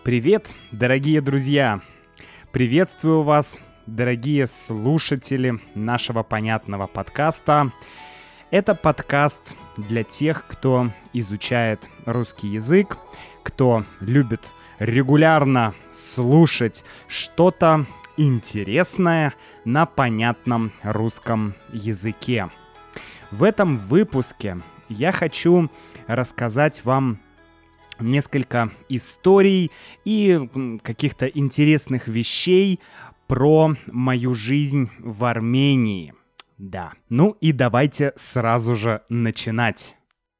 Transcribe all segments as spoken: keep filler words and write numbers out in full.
Привет, дорогие друзья! Приветствую вас, дорогие слушатели нашего понятного подкаста. Это подкаст для тех, кто изучает русский язык, кто любит регулярно слушать что-то интересное на понятном русском языке. В этом выпуске я хочу рассказать вам несколько историй и каких-то интересных вещей про мою жизнь в Армении. Да, ну и давайте сразу же начинать.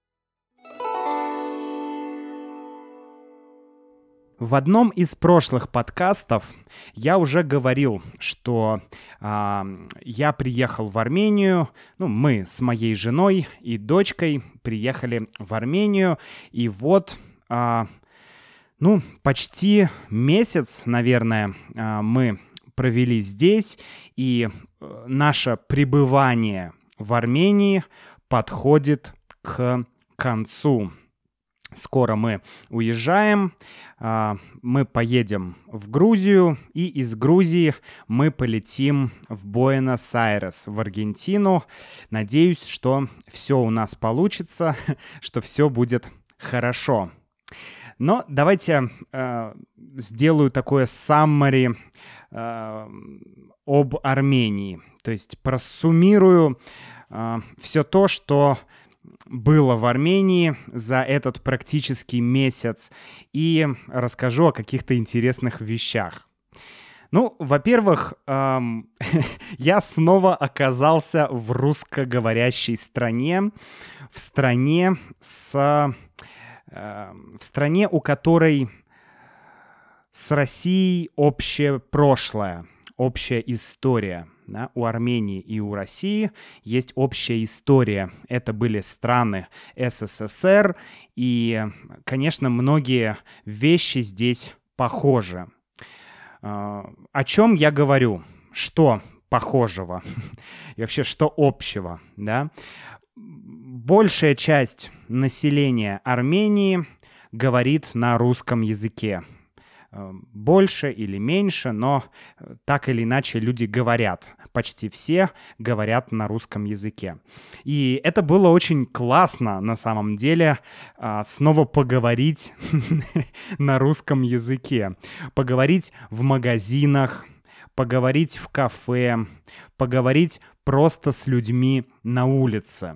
В одном из прошлых подкастов я уже говорил, что э, я приехал в Армению, ну, мы с моей женой и дочкой приехали в Армению, и вот, э, ну, почти месяц, наверное, э, мы провели здесь, и э, наше пребывание в Армении подходит к концу. Скоро мы уезжаем, мы поедем в Грузию, и из Грузии мы полетим в Буэнос-Айрес, в Аргентину. Надеюсь, что все у нас получится, что все будет хорошо. Но давайте э, сделаю такое summary э, об Армении. То есть просуммирую э, все то, что было в Армении за этот практически месяц, и расскажу о каких-то интересных вещах. Ну, во-первых, эм, я снова оказался в русскоговорящей стране, в стране с, э, в стране, у которой с Россией общее прошлое, общая история. Да, у Армении и у России есть общая история. Это были страны эс эс эс эр, и, конечно, многие вещи здесь похожи. О чем я говорю? Что похожего? И вообще, что общего? Да? Большая часть населения Армении говорит на русском языке. Больше или меньше, но так или иначе люди говорят. Почти все говорят на русском языке. И это было очень классно, на самом деле, снова поговорить на русском языке. Поговорить в магазинах, поговорить в кафе, поговорить просто с людьми на улице.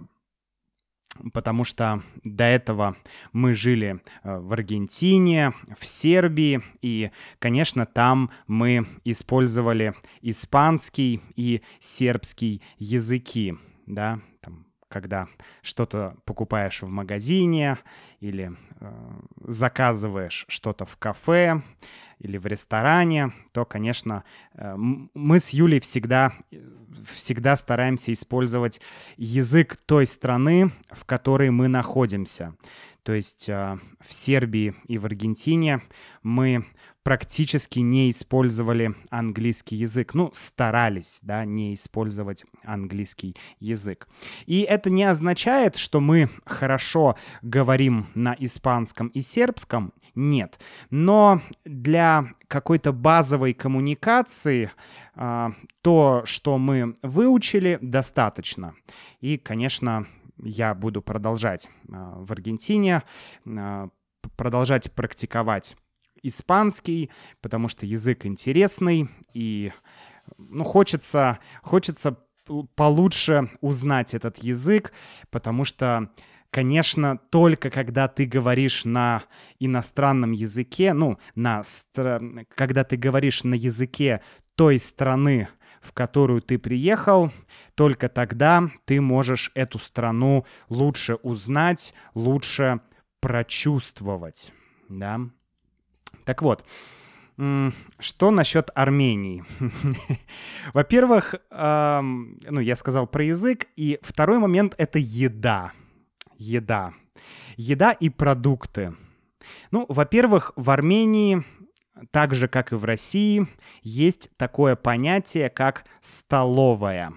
Потому что до этого мы жили в Аргентине, в Сербии, и, конечно, там мы использовали испанский и сербский языки, да, там, когда что-то покупаешь в магазине или э, заказываешь что-то в кафе или в ресторане, то, конечно, э, мы с Юлей всегда, всегда стараемся использовать язык той страны, в которой мы находимся. То есть э, в Сербии и в Аргентине мы практически не использовали английский язык. Ну, старались, да, не использовать английский язык. И это не означает, что мы хорошо говорим на испанском и сербском. Нет. Но для какой-то базовой коммуникации э, то, что мы выучили, достаточно. И, конечно, я буду продолжать э, в Аргентине, э, продолжать практиковать испанский, потому что язык интересный, и ну, хочется, хочется получше узнать этот язык, потому что, конечно, только когда ты говоришь на иностранном языке, ну, на, когда ты говоришь на языке той страны, в которую ты приехал, только тогда ты можешь эту страну лучше узнать, лучше прочувствовать, да. Так вот, что насчет Армении? Во-первых, эм, ну, я сказал про язык, и второй момент — это еда. Еда. Еда и продукты. Ну, во-первых, в Армении, так же, как и в России, есть такое понятие, как столовая.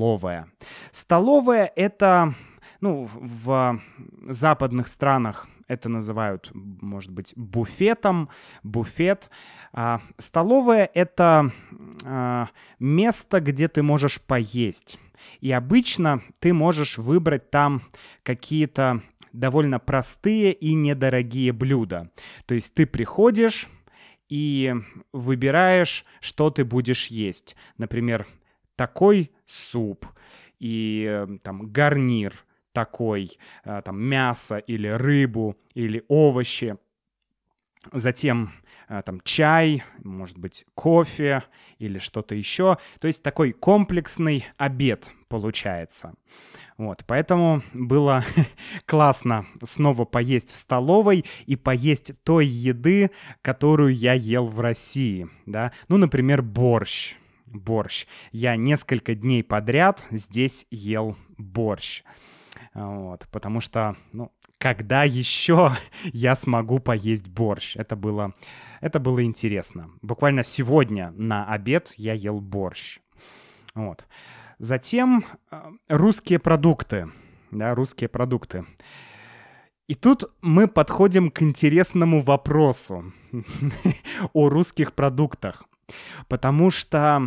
Столовая. Столовая — это, ну, в западных странах это называют, может быть, буфетом, буфет. А столовая — это а, место, где ты можешь поесть. И обычно ты можешь выбрать там какие-то довольно простые и недорогие блюда. То есть ты приходишь и выбираешь, что ты будешь есть. Например, такой суп и там гарнир такой, там мясо или рыбу или овощи. Затем там чай, может быть, кофе или что-то еще. То есть такой комплексный обед получается. Вот, поэтому было классно снова поесть в столовой и поесть той еды, которую я ел в России, да. Ну, например, борщ. Борщ. Я несколько дней подряд здесь ел борщ. Вот, потому что, ну, когда еще я смогу поесть борщ? Это было, это было интересно. Буквально сегодня на обед я ел борщ. Вот. Затем русские продукты. Да, русские продукты. И тут мы подходим к интересному вопросу о русских продуктах. Потому что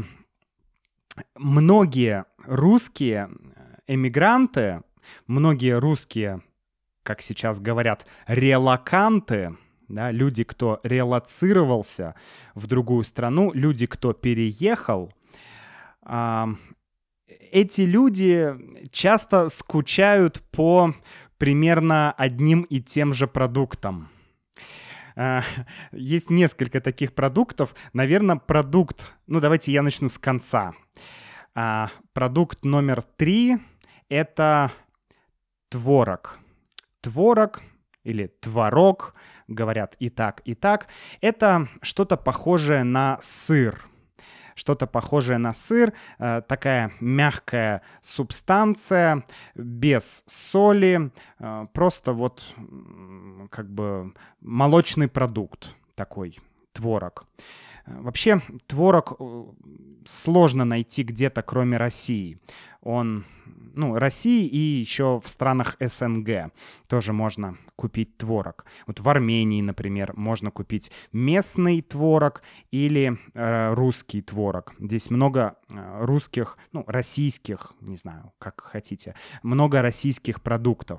многие русские эмигранты, многие русские, как сейчас говорят, релоканты, да, люди, кто релоцировался в другую страну, люди, кто переехал, а, эти люди часто скучают по примерно одним и тем же продуктам. А, есть несколько таких продуктов. Наверное, продукт... Ну, давайте я начну с конца. А, продукт номер три — это творог. Творог или творог, говорят и так, и так. Это что-то похожее на сыр. Что-то похожее на сыр, э, такая мягкая субстанция, без соли, э, просто вот м, как бы молочный продукт такой, творог. Вообще, творог сложно найти где-то, кроме России. Он, ну, России и еще в странах СНГ тоже можно купить творог. Вот в Армении, например, можно купить местный творог или э, русский творог. Здесь много э, русских, ну, российских, не знаю, как хотите, много российских продуктов.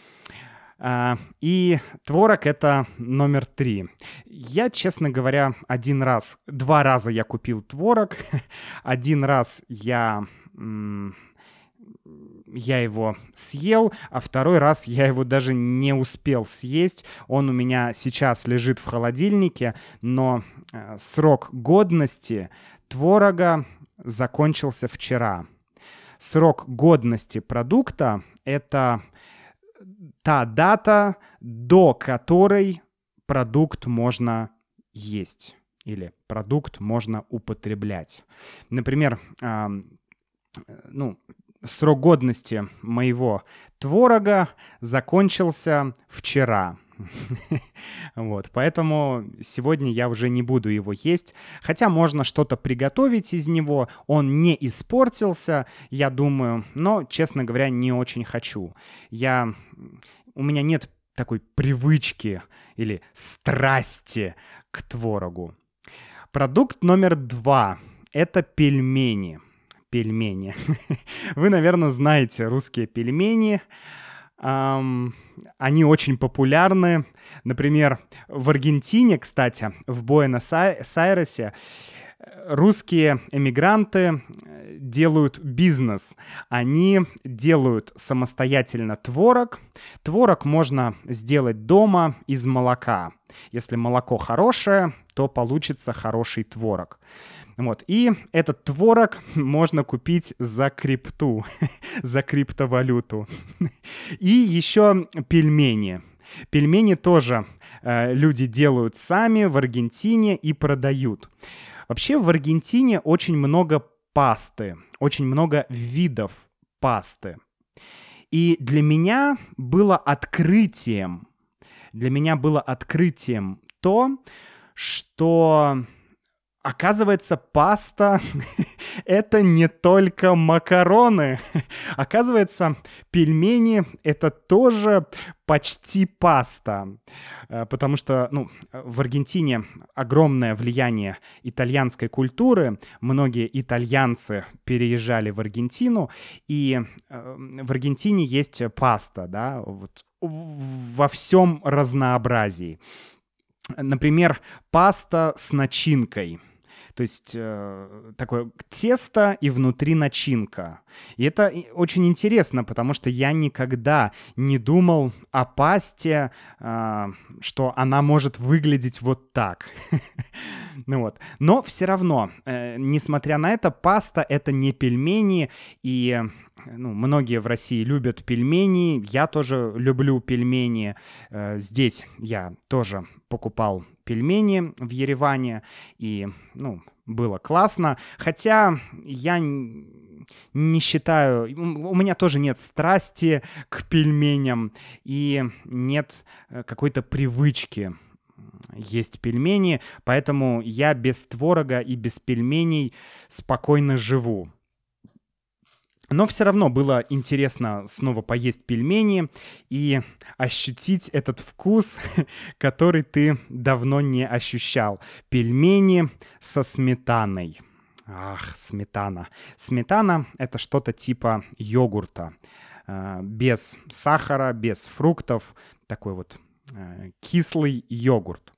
Uh, и творог — это номер три. Я, честно говоря, один раз, два раза я купил творог. Один раз я, м- я его съел, а второй раз я его даже не успел съесть. Он у меня сейчас лежит в холодильнике, но uh, срок годности творога закончился вчера. Срок годности продукта — это та дата, до которой продукт можно есть или продукт можно употреблять. Например, э, ну, срок годности моего творога закончился вчера. Вот, поэтому сегодня я уже не буду его есть. Хотя можно что-то приготовить из него. Он не испортился, я думаю, но, честно говоря, не очень хочу. Я... У меня нет такой привычки или страсти к творогу. Продукт номер два — это пельмени. Пельмени. Вы, наверное, знаете русские пельмени. Um, они очень популярны. Например, в Аргентине, кстати, в Буэнос-Айресе русские эмигранты делают бизнес. Они делают самостоятельно творог. Творог можно сделать дома из молока. Если молоко хорошее, то получится хороший творог. Вот. И этот творог можно купить за крипту, за криптовалюту. И еще пельмени. Пельмени тоже э, люди делают сами в Аргентине и продают. Вообще в Аргентине очень много пасты, очень много видов пасты. И для меня было открытием, для меня было открытием то, что Оказывается, паста — это не только макароны. Оказывается, пельмени — это тоже почти паста. Э, Потому что, ну, в Аргентине огромное влияние итальянской культуры. Многие итальянцы переезжали в Аргентину, и э, в Аргентине есть паста, да, вот в- во всем разнообразии. Например, паста с начинкой. То есть э, такое тесто и внутри начинка. И это и- очень интересно, потому что я никогда не думал о пасте, а, что она может выглядеть вот так. Ну вот. Но все равно, э, несмотря на это, паста — это не пельмени, и э, ну, многие в России любят пельмени, я тоже люблю пельмени. Э, Здесь я тоже покупал пельмени в Ереване, и, ну, было классно. Хотя я н- не считаю, м, у меня тоже нет страсти к пельменям и нет э, какой-то привычки есть пельмени, поэтому я без творога и без пельменей спокойно живу. Но все равно было интересно снова поесть пельмени и ощутить этот вкус, который ты давно не ощущал. Пельмени со сметаной. Ах, сметана. Сметана — это что-то типа йогурта. э, Без сахара, без фруктов. Такой вот э, кислый йогурт.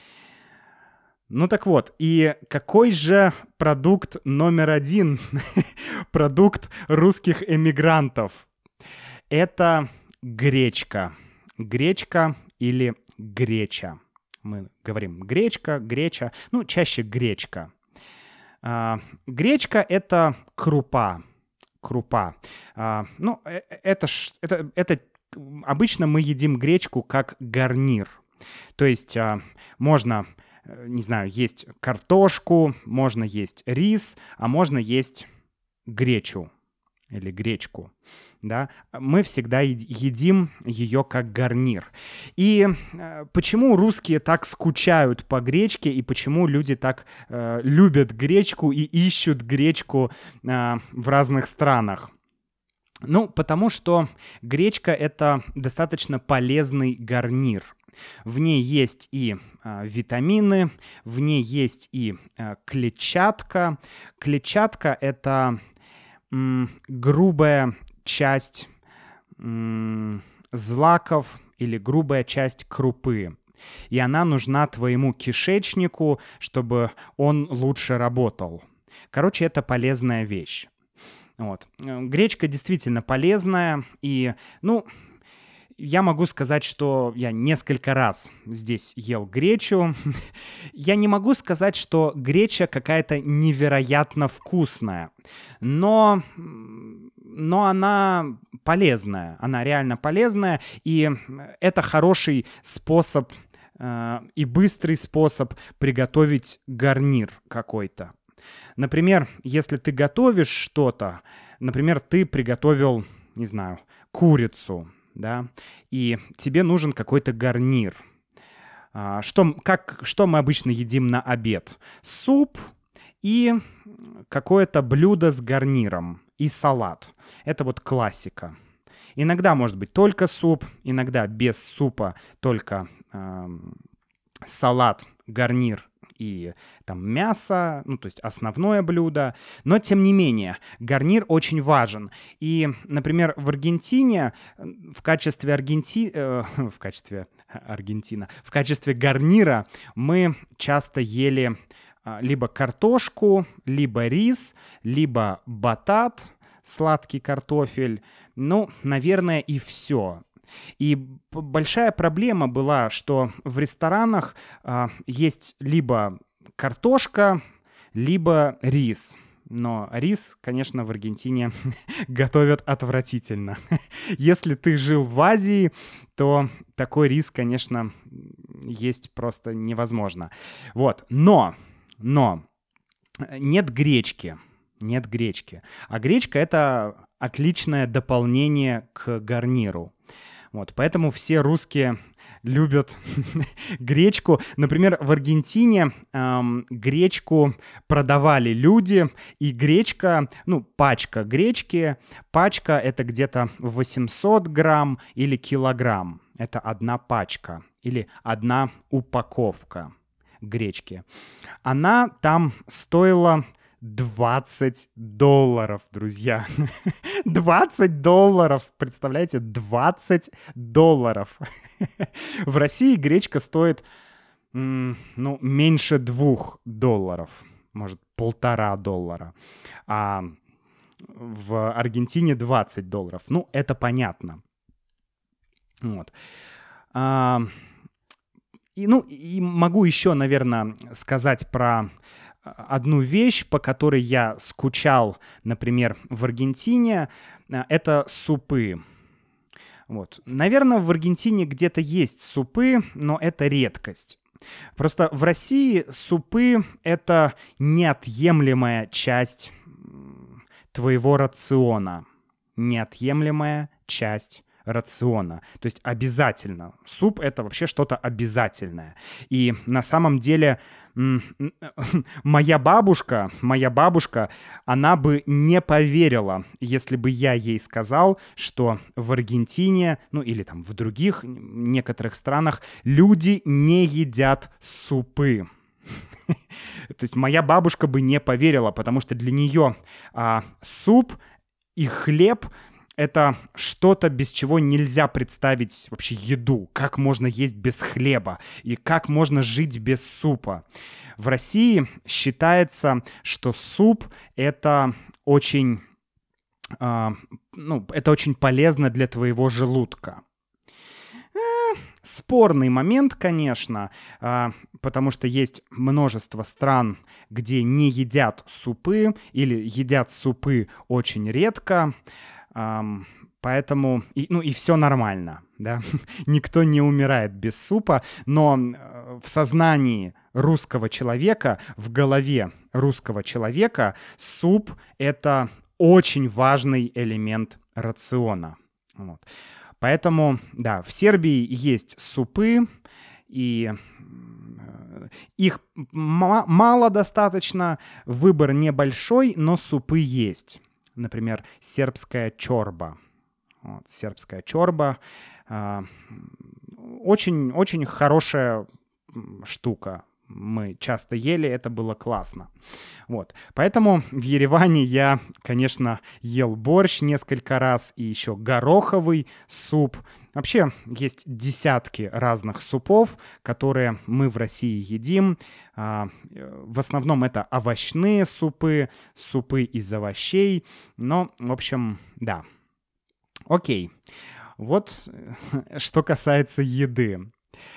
Ну так вот, и какой же продукт номер один, продукт русских эмигрантов? Это гречка. Гречка или греча. Мы говорим гречка, греча, ну чаще гречка. А, Гречка — это крупа. Крупа. А, Ну, э- э- это, ж- это, это м, обычно мы едим гречку как гарнир. То есть а, можно, э, не знаю, есть картошку, можно есть рис, а можно есть гречу или гречку, да. Мы всегда е- едим ее как гарнир. И э, почему русские так скучают по гречке, и почему люди так э, любят гречку и ищут гречку э, в разных странах? Ну, потому что гречка — это достаточно полезный гарнир. В ней есть и а, витамины, в ней есть и а, клетчатка. Клетчатка — это м, грубая часть м, злаков или грубая часть крупы. И она нужна твоему кишечнику, чтобы он лучше работал. Короче, это полезная вещь. Вот. Э, Гречка действительно полезная, и, ну, я могу сказать, что я несколько раз здесь ел гречу. Я не могу сказать, что греча какая-то невероятно вкусная, но, м, но она полезная, она реально полезная, и это хороший способ э, и быстрый способ приготовить гарнир какой-то. Например, если ты готовишь что-то, например, ты приготовил, не знаю, курицу, да, и тебе нужен какой-то гарнир. А, Что, м- как, что мы обычно едим на обед? Суп и какое-то блюдо с гарниром и салат. Это вот классика. Иногда может быть только суп, иногда без супа, только ам, салат, гарнир и там мясо, ну, то есть основное блюдо. Но, тем не менее, гарнир очень важен. И, например, в Аргентине э, в качестве Аргенти... э, в качестве Аргентина, в качестве гарнира мы часто ели а, либо картошку, либо рис, либо батат, сладкий картофель. Ну, наверное, и все. И п- большая проблема была, что в ресторанах а, есть либо картошка, либо рис. Но рис, конечно, в Аргентине готовят отвратительно. Если ты жил в Азии, то такой рис, конечно, есть просто невозможно. Вот. Но, но э, нет гречки. Нет гречки. А гречка — это отличное дополнение к гарниру. Вот, поэтому все русские любят гречку. Например, в Аргентине эм, гречку продавали люди, и гречка, ну, пачка гречки, пачка — это где-то восемьсот грамм или килограмм. Это одна пачка или одна упаковка гречки. Она там стоила двадцать долларов, друзья. двадцать долларов, представляете? двадцать долларов. В России гречка стоит, м, ну, меньше двух долларов. Может, полтора доллара. А в Аргентине двадцать долларов. Ну, это понятно. Вот. А, и, ну, и могу еще, наверное, сказать про одну вещь, по которой я скучал, например, в Аргентине. Это супы. Вот. Наверное, в Аргентине где-то есть супы, но это редкость. Просто в России супы — это неотъемлемая часть твоего рациона. Неотъемлемая часть рациона. То есть обязательно. Суп — это вообще что-то обязательное. И на самом деле моя бабушка, моя бабушка, она бы не поверила, если бы я ей сказал, что в Аргентине, ну или там в других некоторых странах люди не едят супы. То есть моя бабушка бы не поверила, потому что для нее а, суп и хлеб — это что-то, без чего нельзя представить вообще еду. Как можно есть без хлеба? И как можно жить без супа? В России считается, что суп — это очень, э, ну, это очень полезно для твоего желудка. Э, спорный момент, конечно, э, потому что есть множество стран, где не едят супы или едят супы очень редко. Um, поэтому, и, ну и все нормально, да, никто не умирает без супа, но в сознании русского человека, в голове русского человека суп — это очень важный элемент рациона. Вот. Поэтому, да, в Сербии есть супы, и их м- мало достаточно, выбор небольшой, но супы есть. Например, сербская чорба. Вот, сербская чорба. Э, очень, очень хорошая штука. Мы часто ели, это было классно. Вот. Поэтому в Ереване я, конечно, ел борщ несколько раз и еще гороховый суп. Вообще есть десятки разных супов, которые мы в России едим. В основном это овощные супы, супы из овощей. Но, в общем, да. Окей. Вот что касается еды.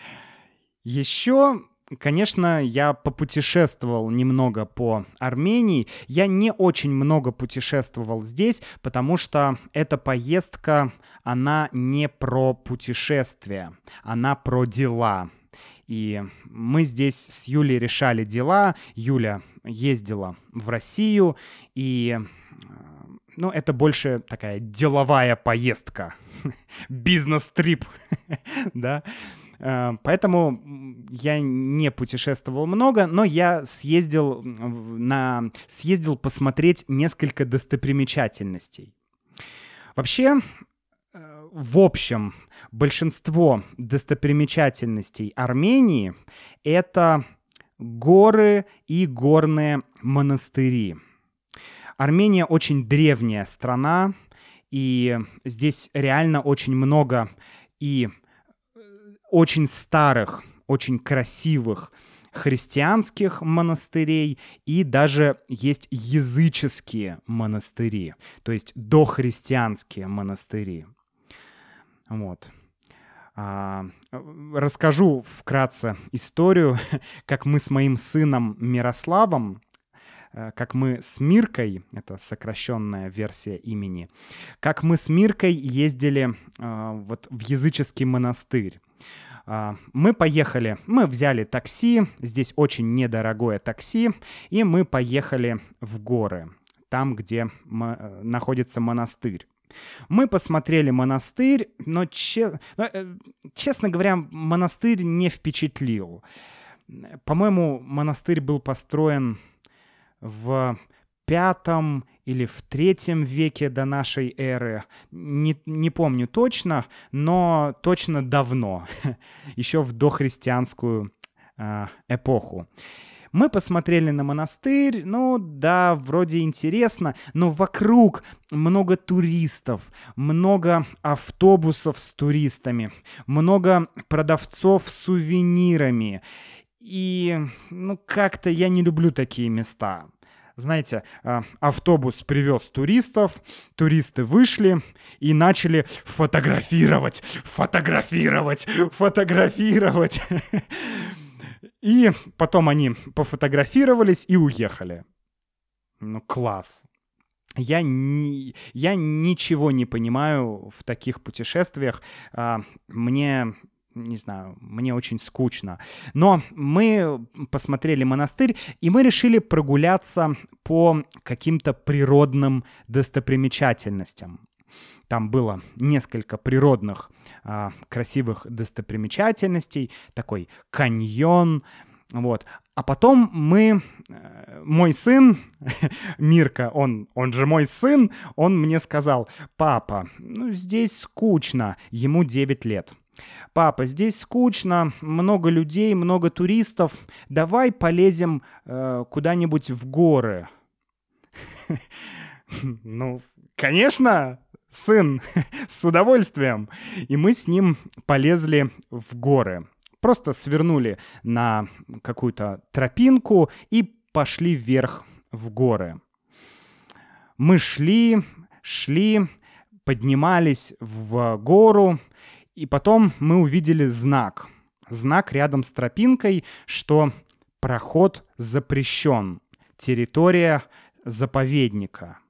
Еще, конечно, я попутешествовал немного по Армении. Я не очень много путешествовал здесь, потому что эта поездка, она не про путешествия, она про дела. И мы здесь с Юлей решали дела. Юля ездила в Россию, и, ну, это больше такая деловая поездка, бизнес-трип, да. Поэтому я не путешествовал много, но я съездил, на... съездил посмотреть несколько достопримечательностей. Вообще, в общем, большинство достопримечательностей Армении — это горы и горные монастыри. Армения очень древняя страна, и здесь реально очень много и очень старых, очень красивых христианских монастырей, и даже есть языческие монастыри, то есть дохристианские монастыри. Вот. А, расскажу вкратце историю, как мы с моим сыном Мирославом, как мы с Миркой, это сокращенная версия имени, как мы с Миркой ездили а, вот в языческий монастырь. Мы поехали, мы взяли такси, здесь очень недорогое такси, и мы поехали в горы, там, где м- находится монастырь. Мы посмотрели монастырь, но, че... но э, честно говоря, монастырь не впечатлил. По-моему, монастырь был построен в пятом или в третьем веке до нашей эры. Не, не помню точно, но точно давно, еще в дохристианскую э, эпоху. Мы посмотрели на монастырь, ну да, вроде интересно, но вокруг много туристов, много автобусов с туристами, много продавцов с сувенирами. И, ну, как-то я не люблю такие места. Знаете, автобус привез туристов, туристы вышли и начали фотографировать, фотографировать, фотографировать. И потом они пофотографировались и уехали. Ну, класс. Я, не, я ничего не понимаю в таких путешествиях. Мне... Не знаю, мне очень скучно. Но мы посмотрели монастырь, и мы решили прогуляться по каким-то природным достопримечательностям. Там было несколько природных а, красивых достопримечательностей, такой каньон, вот. А потом мы, мой сын, Мирка, он, он же мой сын, он мне сказал: папа, ну здесь скучно, ему девять лет. Папа, здесь скучно, много людей, много туристов. Давай полезем э, куда-нибудь в горы. Ну, конечно, сын, с удовольствием. И мы с ним полезли в горы. Просто свернули на какую-то тропинку и пошли вверх в горы. Мы шли, шли, поднимались в гору. И потом мы увидели знак. Знак рядом с тропинкой, что проход запрещен. Территория заповедника.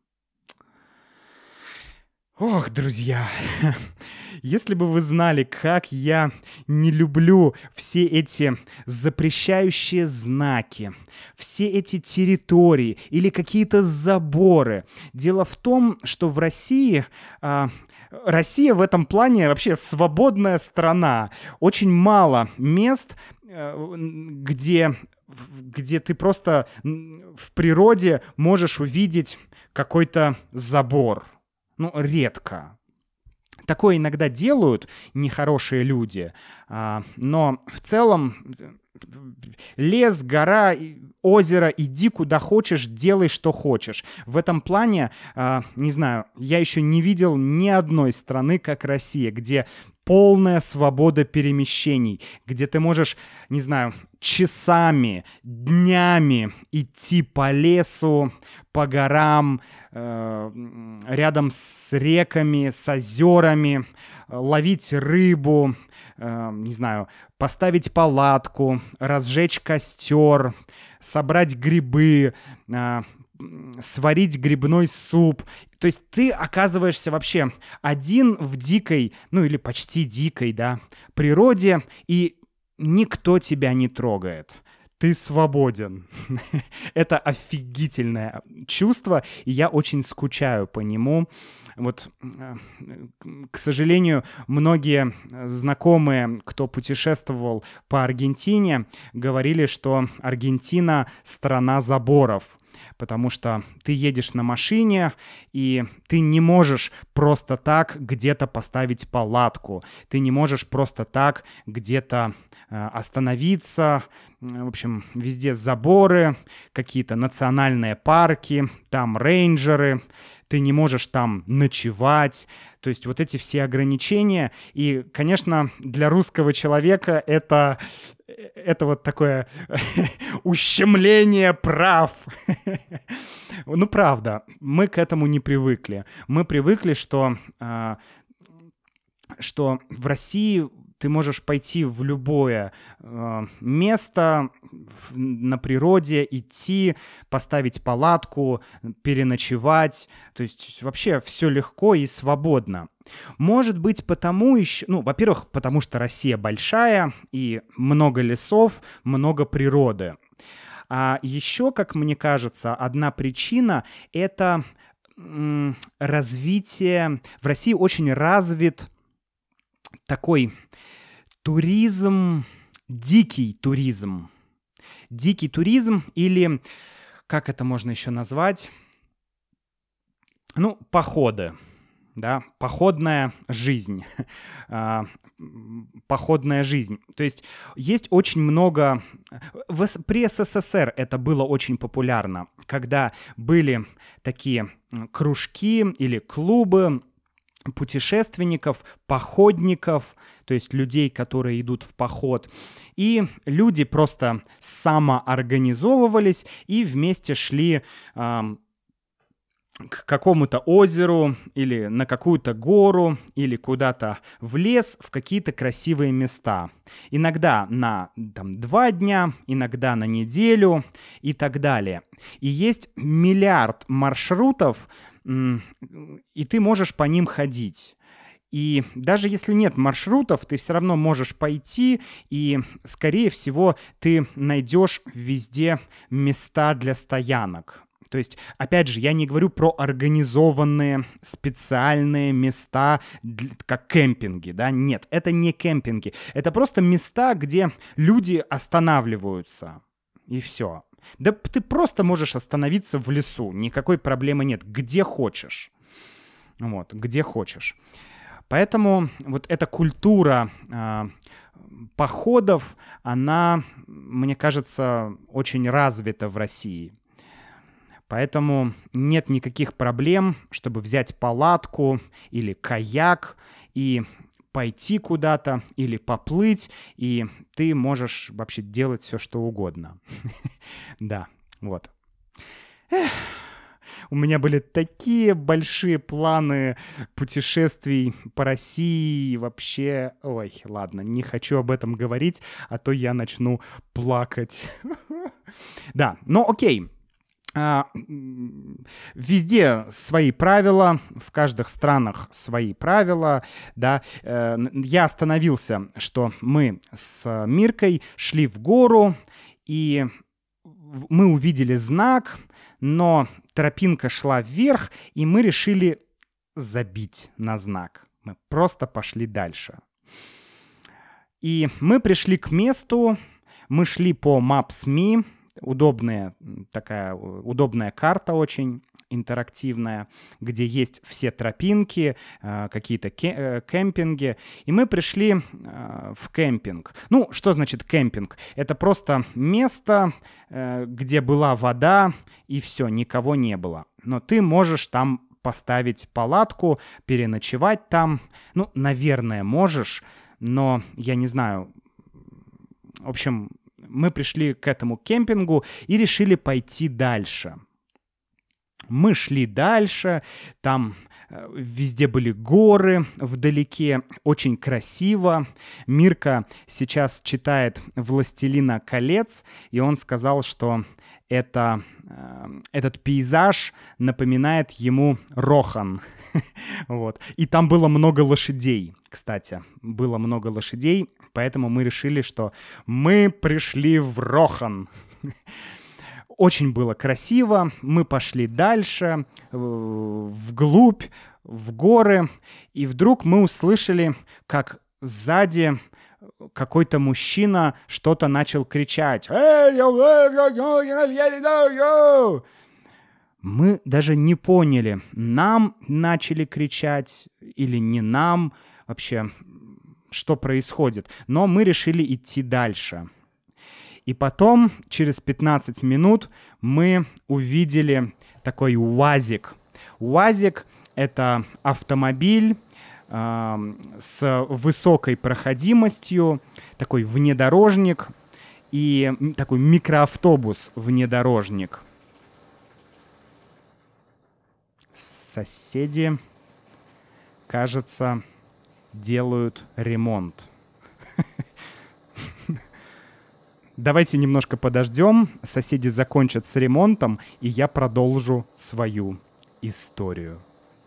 Ох, друзья, если бы вы знали, как я не люблю все эти запрещающие знаки, все эти территории или какие-то заборы. Дело в том, что в России... А, Россия в этом плане вообще свободная страна. Очень мало мест, где, где ты просто в природе можешь увидеть какой-то забор. Ну, редко. Такое иногда делают нехорошие люди, но в целом лес, гора, озеро, иди куда хочешь, делай что хочешь. В этом плане, не знаю, я еще не видел ни одной страны, как Россия, где полная свобода перемещений, где ты можешь, не знаю, часами, днями идти по лесу, по горам, э, рядом с реками, с озерами, ловить рыбу, э, не знаю, поставить палатку, разжечь костер, собрать грибы, э, сварить грибной суп. То есть ты оказываешься вообще один в дикой, ну или почти дикой, да, природе, и никто тебя не трогает. Ты свободен. Это офигительное чувство, и я очень скучаю по нему. Вот, к сожалению, многие знакомые, кто путешествовал по Аргентине, говорили, что Аргентина — страна заборов. Потому что ты едешь на машине, и ты не можешь просто так где-то поставить палатку. Ты не можешь просто так где-то э, остановиться. В общем, везде заборы, какие-то национальные парки, там рейнджеры. Ты не можешь там ночевать. То есть вот эти все ограничения. И, конечно, для русского человека это... Это вот такое ущемление прав. Ну, правда, мы к этому не привыкли. Мы привыкли, что, что в России ты можешь пойти в любое место на природе, идти, поставить палатку, переночевать. То есть вообще все легко и свободно. Может быть, потому еще... Ну, во-первых, потому что Россия большая, и много лесов, много природы. А еще, как мне кажется, одна причина — это м, развитие, в России очень развит такой туризм, дикий туризм. Дикий туризм или, как это можно еще назвать? Ну, походы, да, походная жизнь. А, м, Походная жизнь. То есть есть очень много... в С- При СССР это было очень популярно, когда были такие м, кружки или клубы путешественников, походников, то есть людей, которые идут в поход. И люди просто самоорганизовывались и вместе шли ам, к какому-то озеру или на какую-то гору или куда-то в лес, в какие-то красивые места. Иногда на там, два дня, иногда на неделю и так далее. И есть миллиард маршрутов, м, и ты можешь по ним ходить. И даже если нет маршрутов, ты все равно можешь пойти, и, скорее всего, ты найдешь везде места для стоянок. То есть, опять же, я не говорю про организованные специальные места, для- как кемпинги, да, нет, это не кемпинги, это просто места, где люди останавливаются, и все. Да ты просто можешь остановиться в лесу, никакой проблемы нет, где хочешь. Вот, где хочешь. Поэтому вот эта культура а, походов, она, мне кажется, очень развита в России. Поэтому нет никаких проблем, чтобы взять палатку или каяк и пойти куда-то или поплыть, и ты можешь вообще делать все, что угодно. Да, вот. У меня были такие большие планы путешествий по России. Вообще, ой, ладно, не хочу об этом говорить, а то я начну плакать. Да, ну окей. А, м, Везде свои правила, в каждых странах свои правила, да. Э, н- Я остановился, что мы с Миркой шли в гору, и в- мы увидели знак, но тропинка шла вверх, и мы решили забить на знак. Мы просто пошли дальше. И мы пришли к месту, мы шли по Maps.me, удобная такая удобная карта очень интерактивная, где есть все тропинки, э, какие-то ке- э, кемпинги. И мы пришли э, в кемпинг. Ну, что значит кемпинг? Это просто место, э, где была вода, и все, никого не было. Но ты можешь там поставить палатку, переночевать там. Ну, наверное, можешь, но я не знаю. В общем, мы пришли к этому кемпингу и решили пойти дальше. Мы шли дальше, там э, везде были горы вдалеке, очень красиво. Мирка сейчас читает «Властелина колец», и он сказал, что это, э, этот пейзаж напоминает ему Рохан. Вот. И там было много лошадей, кстати. Было много лошадей, поэтому мы решили, что мы пришли в Рохан. Очень было красиво. Мы пошли дальше, э, вглубь, в горы. И вдруг мы услышали, как сзади какой-то мужчина что-то начал кричать. Мы даже не поняли, нам начали кричать или не нам, вообще, что происходит. Но мы решили идти дальше. И потом, через пятнадцать минут, мы увидели такой УАЗик. УАЗик — это автомобиль э, с высокой проходимостью, такой внедорожник и м, такой микроавтобус-внедорожник. Соседи, кажется, делают ремонт. Давайте немножко подождем, соседи закончат с ремонтом, и я продолжу свою историю.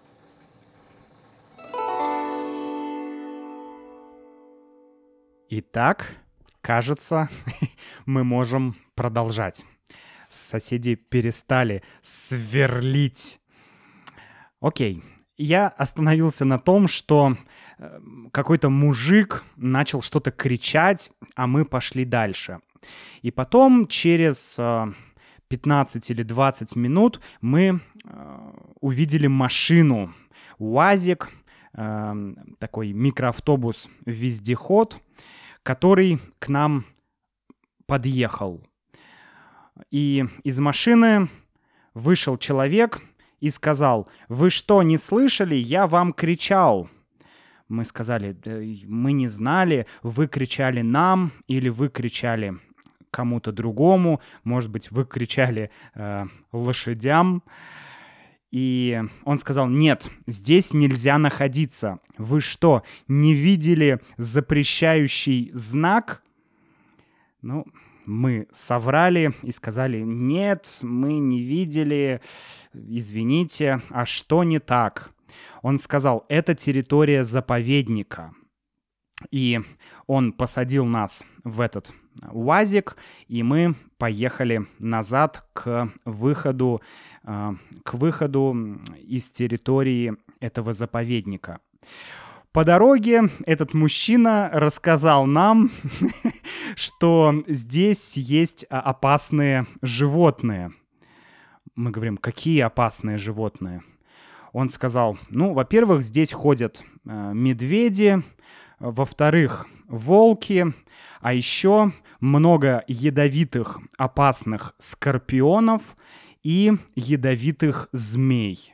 Итак, кажется, мы можем продолжать. Соседи перестали сверлить Окей. Я остановился на том, что э, какой-то мужик начал что-то кричать, а мы пошли дальше. И потом через э, пятнадцать или двадцать минут мы э, увидели машину, УАЗик, э, такой микроавтобус-вездеход, который к нам подъехал. И из машины вышел человек и сказал: «Вы что, не слышали? Я вам кричал». Мы сказали: «Да, мы не знали, вы кричали нам или вы кричали кому-то другому, может быть, вы кричали э, лошадям». И он сказал: «Нет, здесь нельзя находиться. Вы что, не видели запрещающий знак?» Ну, мы соврали и сказали: «Нет, мы не видели, извините, а что не так?» Он сказал: «Это территория заповедника». И он посадил нас в этот УАЗик, и мы поехали назад к выходу, э, к выходу из территории этого заповедника. По дороге этот мужчина рассказал нам, что здесь есть опасные животные. Мы говорим: «Какие опасные животные?» Он сказал: «Ну, во-первых, здесь ходят э, медведи, во-вторых, волки, а еще много ядовитых опасных скорпионов и ядовитых змей».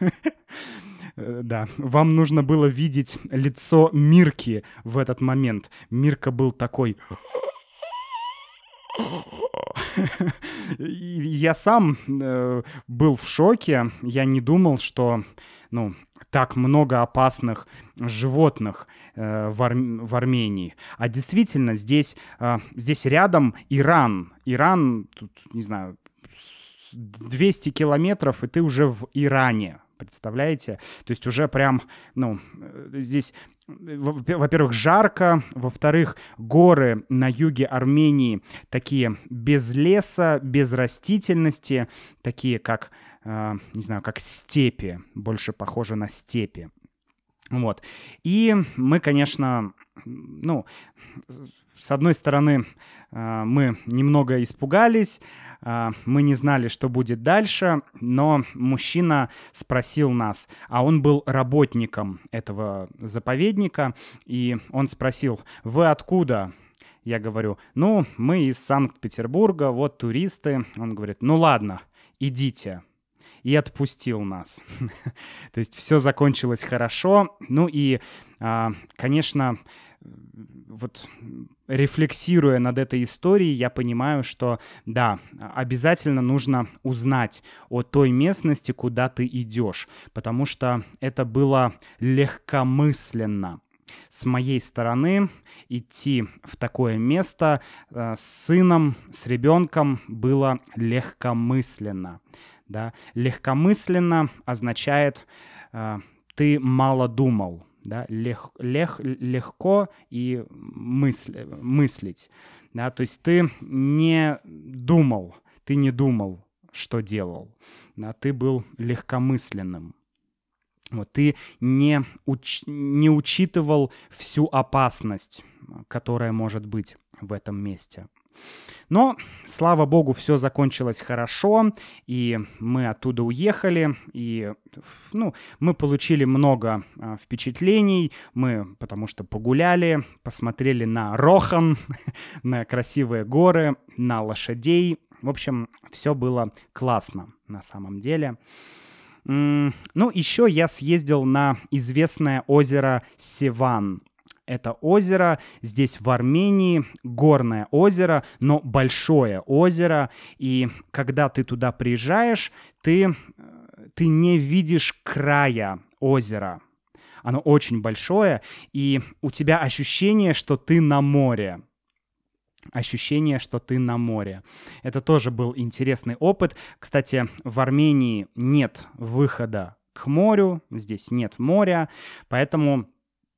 Да, вам нужно было видеть лицо Мирки в этот момент. Мирка был такой... Я сам э, был в шоке. Я не думал, что, ну, так много опасных животных э, в, Ар... в Армении. А действительно, здесь, э, здесь рядом Иран. Иран, тут, не знаю, двести километров, и ты уже в Иране. Представляете? То есть уже прям, ну, здесь, во-первых, жарко, во-вторых, горы на юге Армении такие без леса, без растительности, такие как, э, не знаю, как степи, больше похожи на степи. Вот. И мы, конечно, ну, с одной стороны, э, мы немного испугались, мы не знали, что будет дальше, но мужчина спросил нас, а он был работником этого заповедника, и он спросил: «Вы откуда?» Я говорю: «Ну, мы из Санкт-Петербурга, вот туристы». Он говорит: «Ну ладно, идите». И отпустил нас. То есть все закончилось хорошо. Ну и, конечно, вот рефлексируя над этой историей, я понимаю, что да, обязательно нужно узнать о той местности, куда ты идешь, потому что это было легкомысленно с моей стороны идти в такое место э, с сыном, с ребенком было легкомысленно. Да? Легкомысленно означает э, ты мало думал. Да, лег, лег, легко и мысли, мыслить. Да, то есть ты не думал, ты не думал, что делал. Да, ты был легкомысленным. Вот, ты не, уч, не учитывал всю опасность, которая может быть в этом месте. Но, слава богу, все закончилось хорошо, и мы оттуда уехали, и, ну, мы получили много а, впечатлений, мы потому что погуляли, посмотрели на Рохан, на красивые горы, на лошадей. В общем, все было классно на самом деле. Ну, еще я съездил на известное озеро Севан. Это озеро здесь в Армении, горное озеро, но большое озеро. И когда ты туда приезжаешь, ты, ты не видишь края озера. Оно очень большое, и у тебя ощущение, что ты на море. Ощущение, что ты на море. Это тоже был интересный опыт. Кстати, в Армении нет выхода к морю, здесь нет моря, поэтому...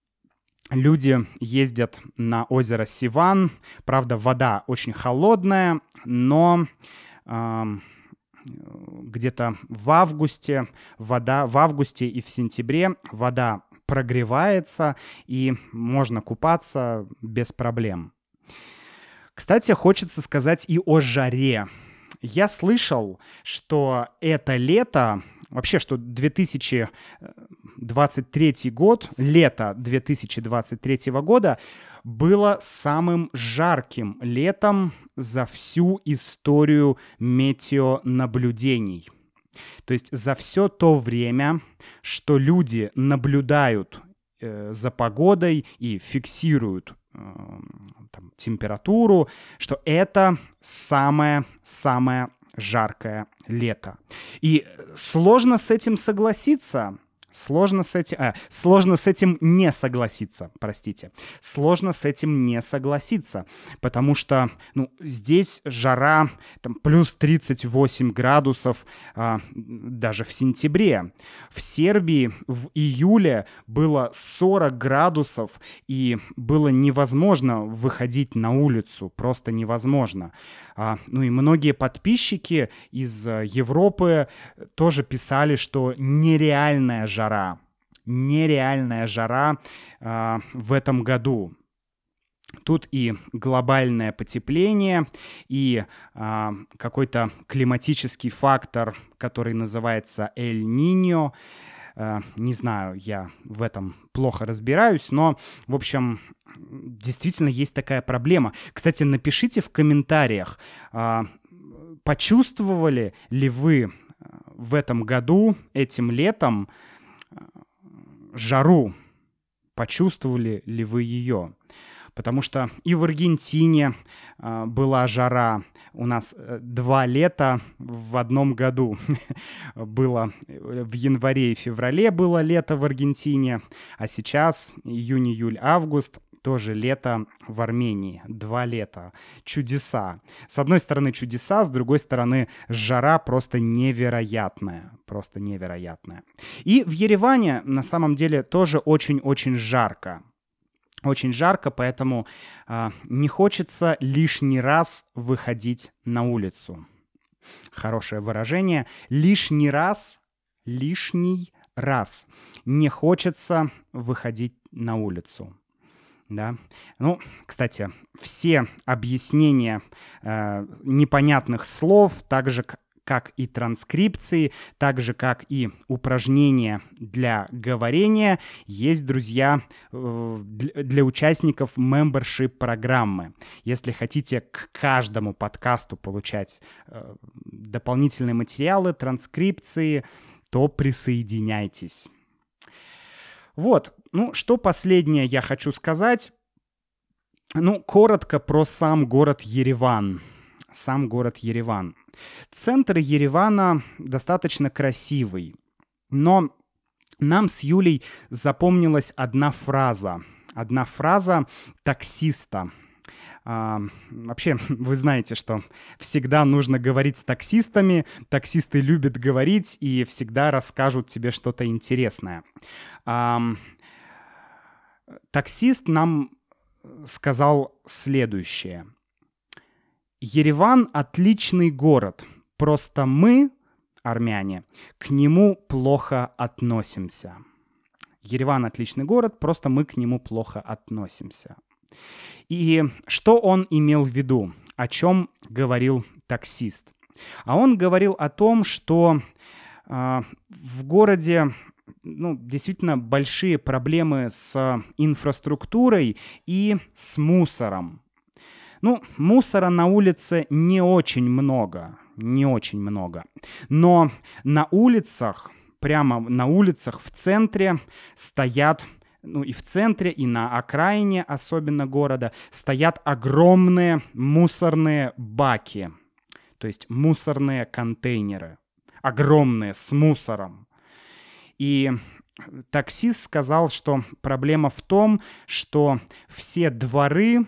Люди ездят на озеро Севан. Правда, вода очень холодная, но, э, где-то в августе вода, в августе и в сентябре вода прогревается, и можно купаться без проблем. Кстати, хочется сказать и о жаре. Я слышал, что это лето, вообще, что две тысячи двадцать третий год, лето две тысячи двадцать третьего года было самым жарким летом за всю историю метеонаблюдений. То есть за все то время, что люди наблюдают э, за погодой и фиксируют э, там, температуру, что это самое-самое жаркое лето. И сложно с этим согласиться. Сложно с этим, а, сложно с этим не согласиться, простите. Сложно с этим не согласиться, потому что, ну, здесь жара, там, плюс тридцать восемь градусов а, даже в сентябре. В Сербии в июле было сорок градусов, и было невозможно выходить на улицу, просто невозможно. А, ну и многие подписчики из Европы тоже писали, что нереальная жара. Жара, нереальная жара э, в этом году. Тут и глобальное потепление, и э, какой-то климатический фактор, который называется Эль-Ниньо. Э, не знаю, я в этом плохо разбираюсь, но, в общем, действительно есть такая проблема. Кстати, напишите в комментариях, э, почувствовали ли вы в этом году, этим летом, жару, почувствовали ли вы ее? Потому что и в Аргентине э, была жара. У нас два лета в одном году. Было в январе и феврале было лето в Аргентине, а сейчас июнь, июль, август тоже лето в Армении. Два лета. Чудеса. С одной стороны чудеса, с другой стороны жара просто невероятная. Просто невероятная. И в Ереване на самом деле тоже очень-очень жарко. Очень жарко, поэтому э, не хочется лишний раз выходить на улицу. Хорошее выражение. Лишний раз, лишний раз не хочется выходить на улицу. Да. Ну, кстати, все объяснения э, непонятных слов, так же, как и транскрипции, так же, как и упражнения для говорения, есть, друзья, э, для, для участников membership программы. Если хотите к каждому подкасту получать э, дополнительные материалы, транскрипции, то присоединяйтесь. Вот, ну, что последнее я хочу сказать. Ну, коротко про сам город Ереван. Сам город Ереван. Центр Еревана достаточно красивый, но нам с Юлей запомнилась одна фраза. Одна фраза таксиста. А, вообще, вы знаете, что всегда нужно говорить с таксистами. Таксисты любят говорить и всегда расскажут тебе что-то интересное. А, таксист нам сказал следующее. Ереван — отличный город, просто мы, армяне, к нему плохо относимся. Ереван — отличный город, просто мы к нему плохо относимся. И что он имел в виду? О чем говорил таксист? А он говорил о том, что э, в городе ну, действительно большие проблемы с инфраструктурой и с мусором. Ну, мусора на улице не очень много, не очень много. Но на улицах, прямо на улицах в центре стоят, ну и в центре, и на окраине, особенно города, стоят огромные мусорные баки, то есть мусорные контейнеры, огромные, с мусором. И таксист сказал, что проблема в том, что все дворы,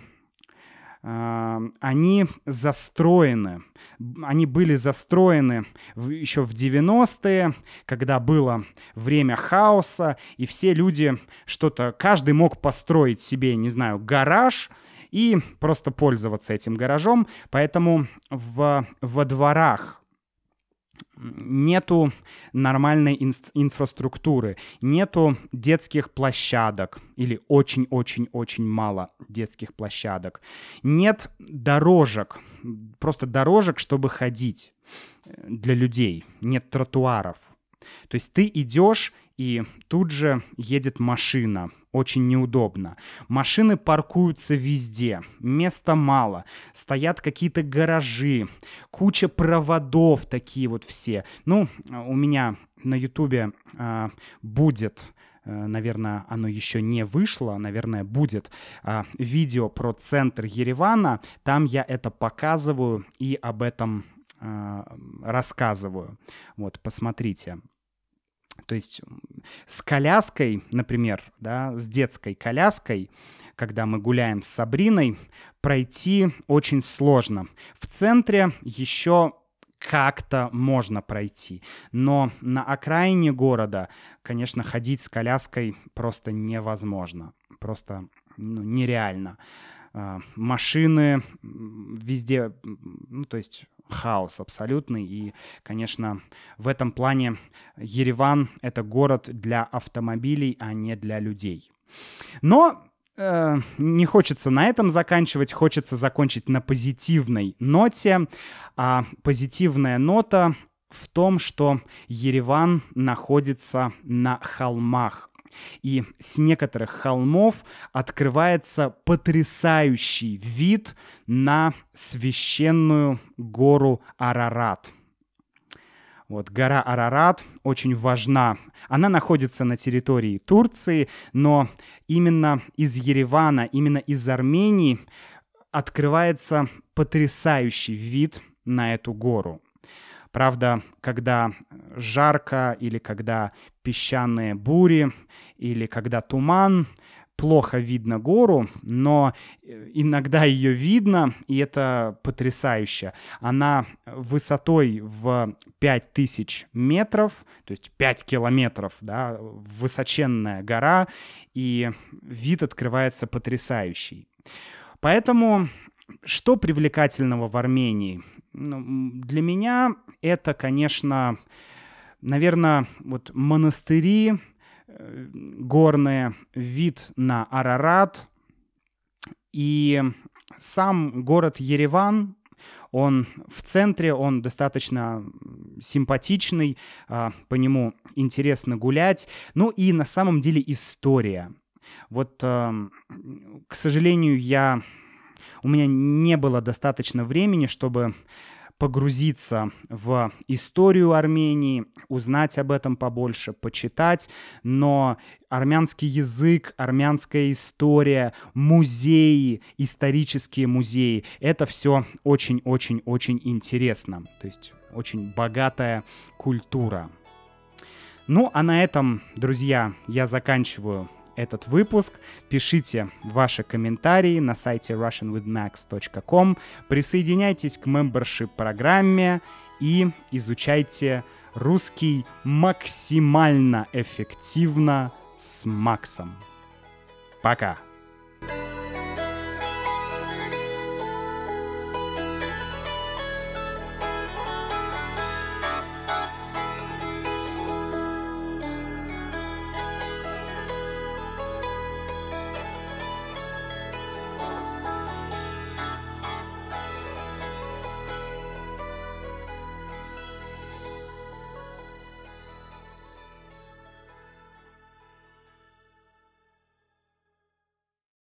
они застроены, они были застроены еще в девяностые, когда было время хаоса, и все люди что-то, каждый мог построить себе, не знаю, гараж и просто пользоваться этим гаражом, поэтому в, во дворах нету нормальной инс- инфраструктуры, нету детских площадок или очень-очень-очень мало детских площадок, нет дорожек, просто дорожек, чтобы ходить для людей, нет тротуаров. То есть ты идешь, и тут же едет машина. Очень неудобно. Машины паркуются везде. Места мало. Стоят какие-то гаражи. Куча проводов такие вот все. Ну, у меня на Ютубе э, будет... Наверное, оно еще не вышло, наверное, будет а, видео про центр Еревана. Там я это показываю и об этом а, рассказываю. Вот, посмотрите. То есть с коляской, например, да, с детской коляской, когда мы гуляем с Сабриной, пройти очень сложно. В центре еще как-то можно пройти, но на окраине города, конечно, ходить с коляской просто невозможно, просто ну, нереально. Машины везде, ну, то есть хаос абсолютный. И, конечно, в этом плане Ереван — это город для автомобилей, а не для людей. Но э, не хочется на этом заканчивать, хочется закончить на позитивной ноте. А позитивная нота в том, что Ереван находится на холмах. И с некоторых холмов открывается потрясающий вид на священную гору Арарат. Вот, гора Арарат очень важна. Она находится на территории Турции, но именно из Еревана, именно из Армении открывается потрясающий вид на эту гору. Правда, когда жарко или когда песчаные бури или когда туман, плохо видно гору, но иногда ее видно, и это потрясающе. Она высотой в пять тысяч метров, то есть пять километров, да, высоченная гора, и вид открывается потрясающий. Поэтому что привлекательного в Армении? Ну, для меня это, конечно, наверное, вот монастыри э, горные, вид на Арарат и сам город Ереван. Он в центре, он достаточно симпатичный, э, по нему интересно гулять. Ну и на самом деле история. Вот, э, к сожалению, я... У меня не было достаточно времени, чтобы погрузиться в историю Армении, узнать об этом побольше, почитать, но армянский язык, армянская история, музеи, исторические музеи — это все очень-очень-очень интересно, то есть очень богатая культура. Ну, а на этом, друзья, я заканчиваю этот выпуск. Пишите ваши комментарии на сайте russian with max точка com. Присоединяйтесь к мембершип-программе и изучайте русский максимально эффективно с Максом. Пока!